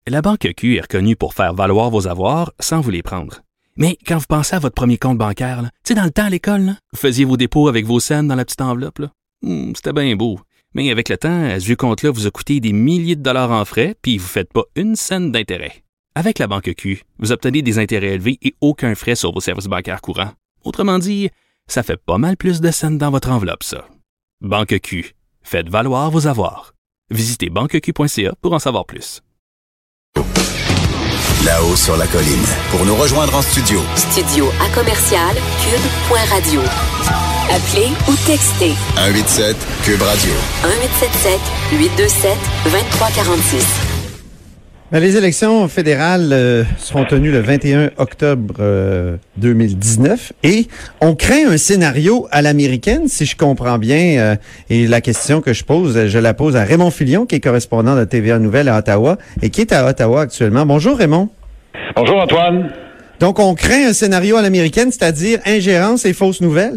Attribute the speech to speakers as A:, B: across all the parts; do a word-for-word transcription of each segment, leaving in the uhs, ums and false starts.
A: La Banque Q est reconnue pour faire valoir vos avoirs sans vous les prendre. Mais quand vous pensez à votre premier compte bancaire, tu sais, dans le temps à l'école, là, vous faisiez vos dépôts avec vos scènes dans la petite enveloppe. Là. Hum, c'était bien beau. Mais avec le temps, ce vieux compte-là vous a coûté des milliers de dollars en frais, puis vous ne faites pas une scène d'intérêt. Avec la Banque Q, vous obtenez des intérêts élevés et aucun frais sur vos services bancaires courants. Autrement dit, ça fait pas mal plus de scènes dans votre enveloppe, ça. Banque Q. Faites valoir vos avoirs. Visitez banque q point c a pour en savoir plus.
B: Là-haut sur la colline. Pour nous rejoindre en studio.
C: Studio à commercial cube point radio. Appelez ou textez.
B: un huit sept cube radio.
C: un huit sept sept huit deux sept deux trois quatre six.
D: Ben, les élections fédérales euh, seront tenues le vingt et un octobre euh, deux mille dix-neuf et on craint un scénario à l'américaine, si je comprends bien. Euh, et la question que je pose, je la pose à Raymond Filion, qui est correspondant de T V A Nouvelles à Ottawa et qui est à Ottawa actuellement. Bonjour Raymond.
E: Bonjour Antoine.
D: Donc on craint un scénario à l'américaine, c'est-à-dire ingérence et fausses nouvelles?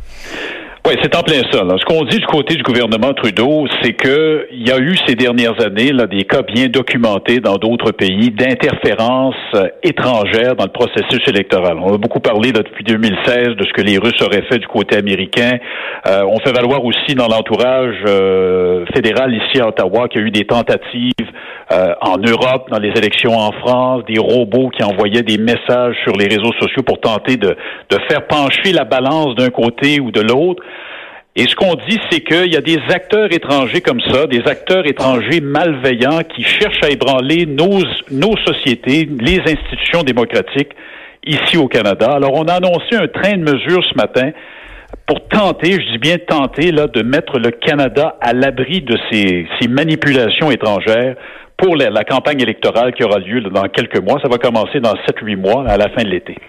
E: Oui, c'est en plein ça. Là. Ce qu'on dit du côté du gouvernement Trudeau, c'est que il y a eu ces dernières années là, des cas bien documentés dans d'autres pays d'interférences euh, étrangères dans le processus électoral. On a beaucoup parlé là, depuis deux mille seize de ce que les Russes auraient fait du côté américain. Euh, on fait valoir aussi dans l'entourage euh, fédéral ici à Ottawa qu'il y a eu des tentatives euh, en Europe, dans les élections en France, des robots qui envoyaient des messages sur les réseaux sociaux pour tenter de, de faire pencher la balance d'un côté ou de l'autre. Et ce qu'on dit, c'est qu'il y a des acteurs étrangers comme ça, des acteurs étrangers malveillants qui cherchent à ébranler nos, nos sociétés, les institutions démocratiques ici au Canada. Alors, on a annoncé un train de mesures ce matin pour tenter, je dis bien tenter, là, de mettre le Canada à l'abri de ces, ces manipulations étrangères pour la, la campagne électorale qui aura lieu là, dans quelques mois. Ça va commencer dans sept huit mois, là, à la fin de l'été.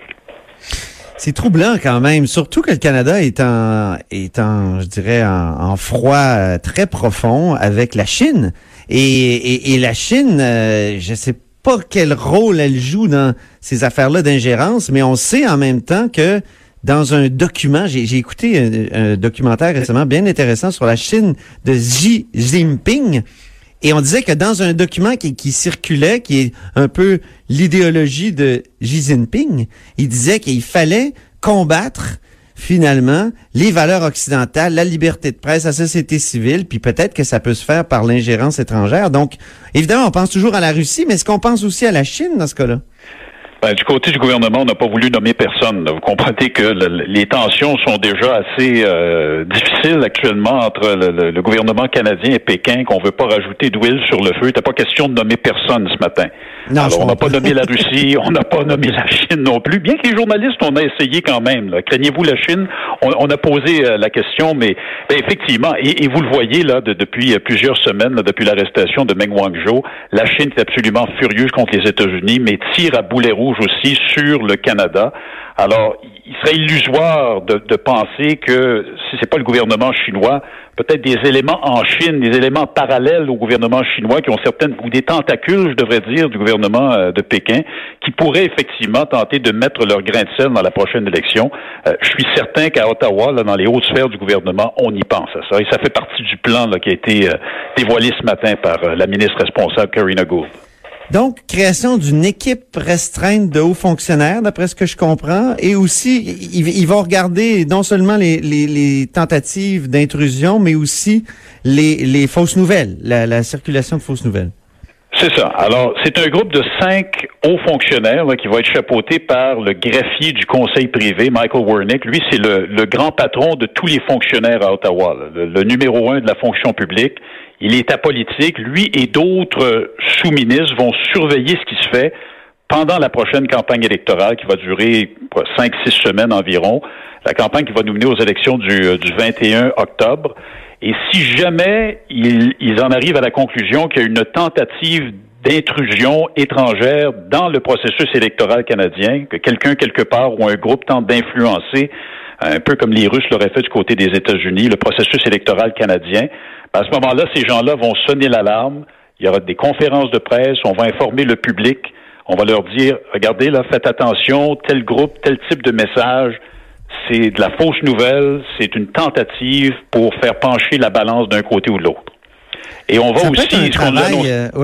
D: C'est troublant quand même, surtout que le Canada est en, est en, je dirais, en, en froid très profond avec la Chine. Et, et, et la Chine, euh, je sais pas quel rôle elle joue dans ces affaires-là d'ingérence, mais on sait en même temps que dans un document, j'ai, j'ai écouté un, un documentaire récemment bien intéressant sur la Chine de Xi Jinping. Et on disait que dans un document qui, qui circulait, qui est un peu l'idéologie de Xi Jinping, il disait qu'il fallait combattre finalement les valeurs occidentales, la liberté de presse, la société civile, puis peut-être que ça peut se faire par l'ingérence étrangère. Donc, évidemment, on pense toujours à la Russie, mais est-ce qu'on pense aussi à la Chine dans ce cas-là?
E: Ben, du côté du gouvernement, on n'a pas voulu nommer personne. Vous comprenez que le, les tensions sont déjà assez euh, difficiles actuellement entre le, le, le gouvernement canadien et Pékin, qu'on veut pas rajouter d'huile sur le feu. Il n'était pas question de nommer personne ce matin. Non, alors, on n'a pas nommé la Russie, on n'a pas nommé la Chine non plus, bien que les journalistes, on a essayé quand même. Là. Craignez-vous la Chine? On, on a posé euh, la question, mais ben, effectivement, et, et vous le voyez là de, depuis euh, plusieurs semaines, là, depuis l'arrestation de Meng Wanzhou, la Chine est absolument furieuse contre les États-Unis, mais tire à boulet rouge aussi sur le Canada. Alors, il serait illusoire de, de penser que si c'est pas le gouvernement chinois, peut-être des éléments en Chine, des éléments parallèles au gouvernement chinois qui ont certaines, ou des tentacules, je devrais dire, du gouvernement euh, de Pékin, qui pourraient effectivement tenter de mettre leur grain de sel dans la prochaine élection. Euh, je suis certain qu'à Ottawa, là, dans les hautes sphères du gouvernement, on y pense à ça. Et ça fait partie du plan là, qui a été euh, dévoilé ce matin par euh, la ministre responsable, Karina Gould.
D: Donc, création d'une équipe restreinte de hauts fonctionnaires, d'après ce que je comprends, et aussi, ils, ils vont regarder non seulement les, les, les tentatives d'intrusion, mais aussi les, les fausses nouvelles, la, la circulation de fausses nouvelles.
E: C'est ça. Alors, c'est un groupe de cinq hauts fonctionnaires là, qui va être chapeauté par le greffier du conseil privé, Michael Wernick. Lui, c'est le, le grand patron de tous les fonctionnaires à Ottawa, là, le, le numéro un de la fonction publique. Il est apolitique. Lui et d'autres sous-ministres vont surveiller ce qui se fait pendant la prochaine campagne électorale qui va durer cinq, six semaines environ. La campagne qui va nous mener aux élections du, du vingt et un octobre. Et si jamais ils, ils en arrivent à la conclusion qu'il y a une tentative d'intrusion étrangère dans le processus électoral canadien, que quelqu'un quelque part ou un groupe tente d'influencer, un peu comme les Russes l'auraient fait du côté des États-Unis, le processus électoral canadien, à ce moment-là, ces gens-là vont sonner l'alarme. Il y aura des conférences de presse, on va informer le public, on va leur dire, regardez, là, faites attention, tel groupe, tel type de message, c'est de la fausse nouvelle, c'est une tentative pour faire pencher la balance d'un côté ou de l'autre. Et on va
D: ça
E: aussi...
D: peut être un
E: ce qu'on
D: travail,
E: annonce...
D: euh, oui.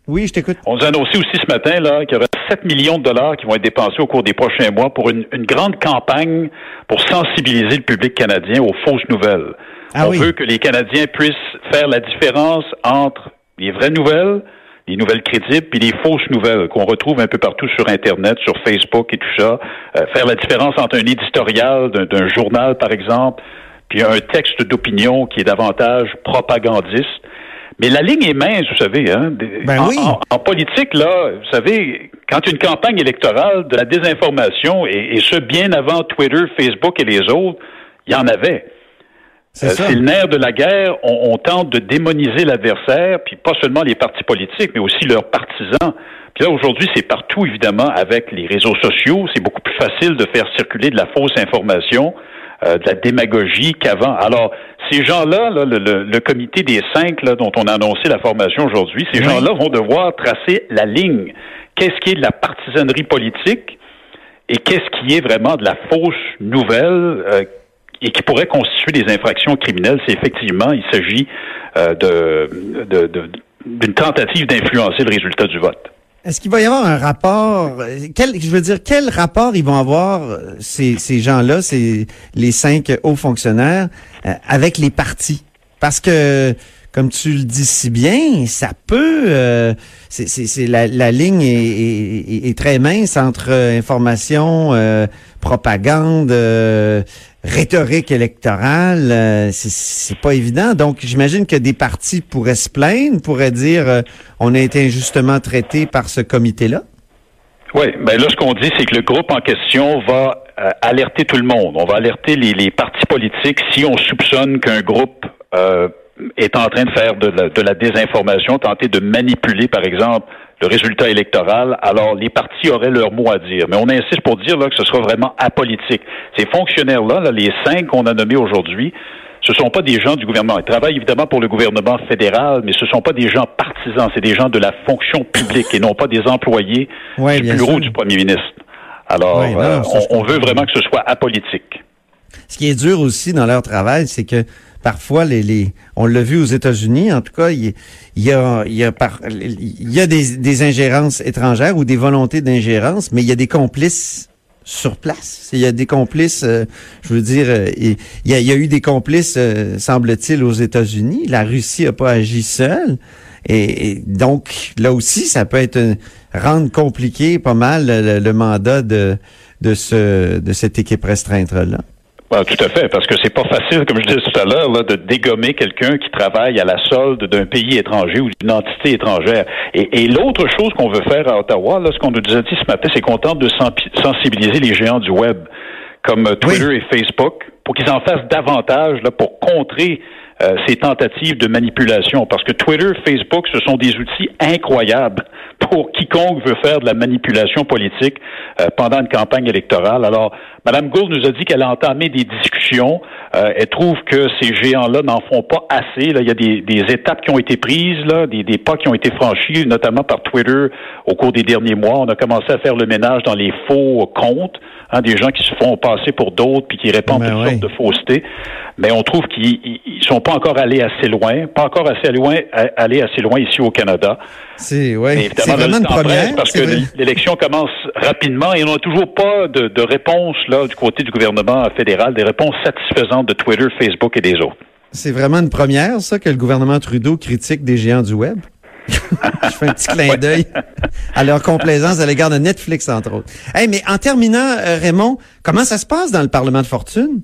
D: Oui, je t'écoute.
E: On nous a annoncé aussi ce matin là, qu'il y aurait sept millions de dollars qui vont être dépensés au cours des prochains mois pour une, une grande campagne pour sensibiliser le public canadien aux fausses nouvelles.
D: Ah,
E: On
D: oui.
E: veut que les Canadiens puissent faire la différence entre les vraies nouvelles, les nouvelles crédibles, puis les fausses nouvelles qu'on retrouve un peu partout sur Internet, sur Facebook et tout ça. Euh, faire la différence entre un éditorial d'un, d'un journal, par exemple, puis un texte d'opinion qui est davantage propagandiste. Mais la ligne est mince, vous savez. Hein?
D: Ben
E: en,
D: oui.
E: en, en politique, là, vous savez, quand une campagne électorale de la désinformation, et, et ce bien avant Twitter, Facebook et les autres, il y en avait.
D: C'est,
E: euh,
D: ça.
E: c'est le nerf de la guerre. On, on tente de démoniser l'adversaire, puis pas seulement les partis politiques, mais aussi leurs partisans. Puis là, aujourd'hui, c'est partout, évidemment, avec les réseaux sociaux. C'est beaucoup plus facile de faire circuler de la fausse information, euh, de la démagogie qu'avant. Alors, ces gens-là, là, le, le, le comité des cinq là, dont on a annoncé la formation aujourd'hui, ces oui. gens-là vont devoir tracer la ligne. Qu'est-ce qui est de la partisanerie politique et qu'est-ce qui est vraiment de la fausse nouvelle euh, et qui pourrait constituer des infractions criminelles si effectivement il s'agit euh, de, de, de, d'une tentative d'influencer le résultat du vote.
D: Est-ce qu'il va y avoir un rapport, quel, je veux dire, quel rapport ils vont avoir, ces, ces gens-là, ces, les cinq hauts fonctionnaires, euh, avec les partis? Parce que, comme tu le dis si bien, ça peut, euh, c'est, c'est, c'est la, la ligne est, est, est très mince entre euh, information, euh, propagande, euh, rhétorique électorale, euh, c'est, c'est pas évident. Donc, j'imagine que des partis pourraient se plaindre, pourraient dire euh, on a été injustement traité par ce comité-là.
E: Oui, ben là, ce qu'on dit, c'est que le groupe en question va euh, alerter tout le monde. On va alerter les, les partis politiques si on soupçonne qu'un groupe euh, est en train de faire de la, de la désinformation, tenter de manipuler, par exemple, le résultat électoral, alors les partis auraient leur mot à dire. Mais on insiste pour dire là, que ce sera vraiment apolitique. Ces fonctionnaires-là, là, les cinq qu'on a nommés aujourd'hui, ce ne sont pas des gens du gouvernement. Ils travaillent évidemment pour le gouvernement fédéral, mais ce ne sont pas des gens partisans. C'est des gens de la fonction publique et non pas des employés
D: ouais,
E: du bureau sûr. du premier ministre. Alors, ouais, non, euh, on, on veut vraiment que ce soit apolitique.
D: Ce qui est dur aussi dans leur travail, c'est que parfois, les, les, on l'a vu aux États-Unis, en tout cas, il, il y a, il y a, par, il y a des, des ingérences étrangères ou des volontés d'ingérence, mais il y a des complices sur place. Il y a des complices, euh, je veux dire, euh, il, y a, il y a eu des complices, euh, semble-t-il, aux États-Unis. La Russie n'a pas agi seule. Et, et donc, là aussi, ça peut être une, rendre compliqué pas mal le, le mandat de, de, ce, de cette équipe restreinte-là.
E: Ah, tout à fait, parce que c'est pas facile, comme je disais tout à l'heure, là, de dégommer quelqu'un qui travaille à la solde d'un pays étranger ou d'une entité étrangère. Et, et l'autre chose qu'on veut faire à Ottawa, là, ce qu'on nous a dit ce matin, c'est qu'on tente de sensibiliser les géants du web, comme Twitter oui. et Facebook, pour qu'ils en fassent davantage là, pour contrer euh, ces tentatives de manipulation. Parce que Twitter, Facebook, ce sont des outils incroyables pour quiconque veut faire de la manipulation politique euh, pendant une campagne électorale. Alors, Mme Gould nous a dit qu'elle a entamé des discussions. Euh, elle trouve que ces géants-là n'en font pas assez. Là, il y a des, des étapes qui ont été prises, là, des, des pas qui ont été franchis, notamment par Twitter au cours des derniers mois. On a commencé à faire le ménage dans les faux comptes, hein, des gens qui se font passer pour d'autres puis qui répandent
D: ben
E: toutes
D: oui.
E: sortes de faussetés. Mais on trouve qu'ils ils sont pas encore allés assez loin, pas encore assez loin, allés assez loin ici au Canada.
D: C'est ouais, c'est vraiment une première
E: parce que vrai. l'élection commence rapidement et on n'a toujours pas de, de réponse là du côté du gouvernement fédéral, des réponses satisfaisantes de Twitter, Facebook et des autres.
D: C'est vraiment une première, ça, que le gouvernement Trudeau critique des géants du web. Je fais un petit clin d'œil à leur complaisance à l'égard de Netflix, entre autres. Hey, mais en terminant, euh, Raymond, comment ça se passe dans le Parlement de fortune?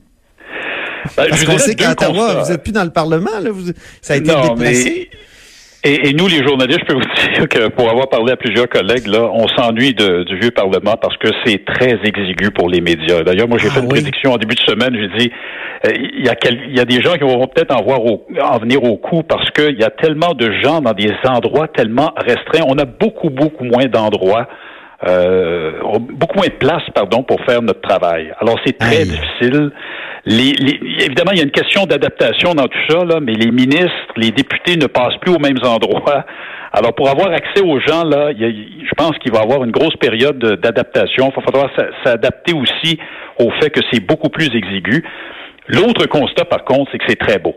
D: Ben, Parce qu'on sait qu'à Ottawa, vous n'êtes plus dans le Parlement, là, vous, ça a été
E: non,
D: déplacé.
E: Mais... Et, et nous, les journalistes, je peux vous dire que pour avoir parlé à plusieurs collègues, là, on s'ennuie de, du vieux Parlement parce que c'est très exigu pour les médias. D'ailleurs, moi, j'ai ah, fait une oui. prédiction en début de semaine. J'ai dit, euh, il y a quel, il y a des gens qui vont peut-être en voir au, en venir au coup parce qu'il y a tellement de gens dans des endroits tellement restreints. On a beaucoup, beaucoup moins d'endroits, euh, beaucoup moins de place, pardon, pour faire notre travail. Alors, c'est très Aïe. difficile. Les, les, évidemment, il y a une question d'adaptation dans tout ça, là, mais les ministres, les députés ne passent plus aux mêmes endroits. Alors, pour avoir accès aux gens, là, il y a, je pense qu'il va y avoir une grosse période d'adaptation. Il va falloir s'adapter aussi au fait que c'est beaucoup plus exigu. L'autre constat, par contre, c'est que c'est très beau.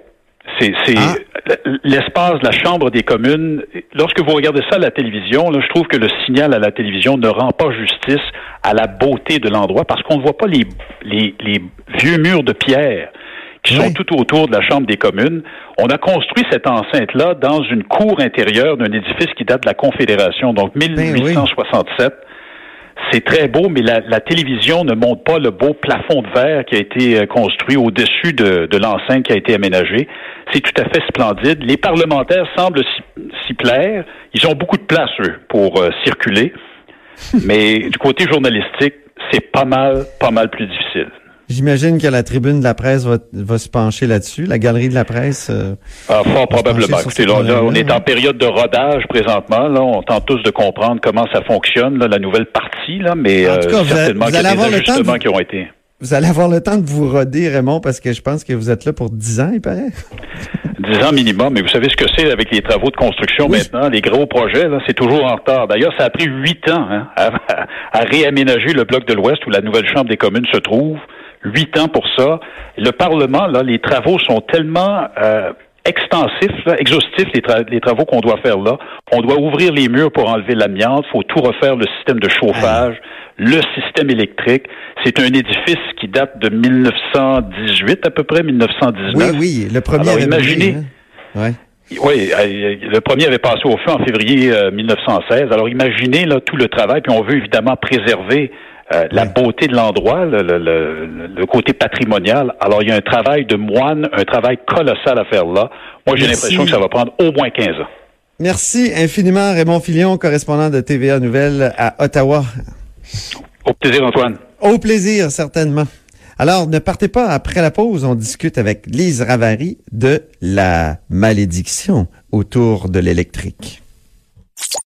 E: C'est, c'est ah. l'espace de la Chambre des communes. Lorsque vous regardez ça à la télévision, là, je trouve que le signal à la télévision ne rend pas justice à la beauté de l'endroit parce qu'on ne voit pas les, les, les vieux murs de pierre qui oui. sont tout autour de la Chambre des communes. On a construit cette enceinte-là dans une cour intérieure d'un édifice qui date de la Confédération, donc mille huit cent soixante-sept. Oui. C'est très beau, mais la, la télévision ne montre pas le beau plafond de verre qui a été construit au-dessus de, de l'enceinte qui a été aménagée. C'est tout à fait splendide. Les parlementaires semblent s'y, s'y plaire. Ils ont beaucoup de place, eux, pour euh, circuler. Mais du côté journalistique, c'est pas mal, pas mal plus difficile.
D: J'imagine que la tribune de la presse va, va se pencher là-dessus, la galerie de la presse. Euh,
E: ah, fort probablement. Écoutez, là, là, on est en période de rodage présentement. Là, on tente tous de comprendre comment ça fonctionne, là, la nouvelle partie, là, mais en tout cas, euh, certainement qu'il y a des ajustements qui ont été.
D: Vous allez avoir le temps de vous roder, Raymond, parce que je pense que vous êtes là pour dix ans, il paraît.
E: dix ans minimum, mais vous savez ce que c'est avec les travaux de construction oui. maintenant, les gros projets, là, c'est toujours en retard. D'ailleurs, ça a pris huit ans hein, à, à réaménager le bloc de l'Ouest où la nouvelle Chambre des communes se trouve. Huit ans pour ça. Le Parlement, là, les travaux sont tellement euh, extensifs, là, exhaustifs, les, tra- les travaux qu'on doit faire là. On doit ouvrir les murs pour enlever l'amiante. Il faut tout refaire, le système de chauffage, ah. le système électrique. C'est un édifice qui date de dix-neuf cent dix-huit à peu près, dix-neuf cent dix-neuf.
D: Oui, oui, le premier
E: Alors,
D: avait
E: imaginez,
D: hein? ouais.
E: Oui, le premier avait passé au feu en février euh, dix-neuf cent seize. Alors imaginez là tout le travail, puis on veut évidemment préserver Euh, la oui. beauté de l'endroit, le, le, le, le côté patrimonial. Alors, il y a un travail de moine, un travail colossal à faire là. Moi, j'ai Merci. l'impression que ça va prendre au moins quinze ans.
D: Merci infiniment, Raymond Filion, correspondant de T V A Nouvelles à Ottawa.
E: Au plaisir, Antoine.
D: Au plaisir, certainement. Alors, ne partez pas. Après la pause, on discute avec Lise Ravary de la malédiction autour de l'électrique.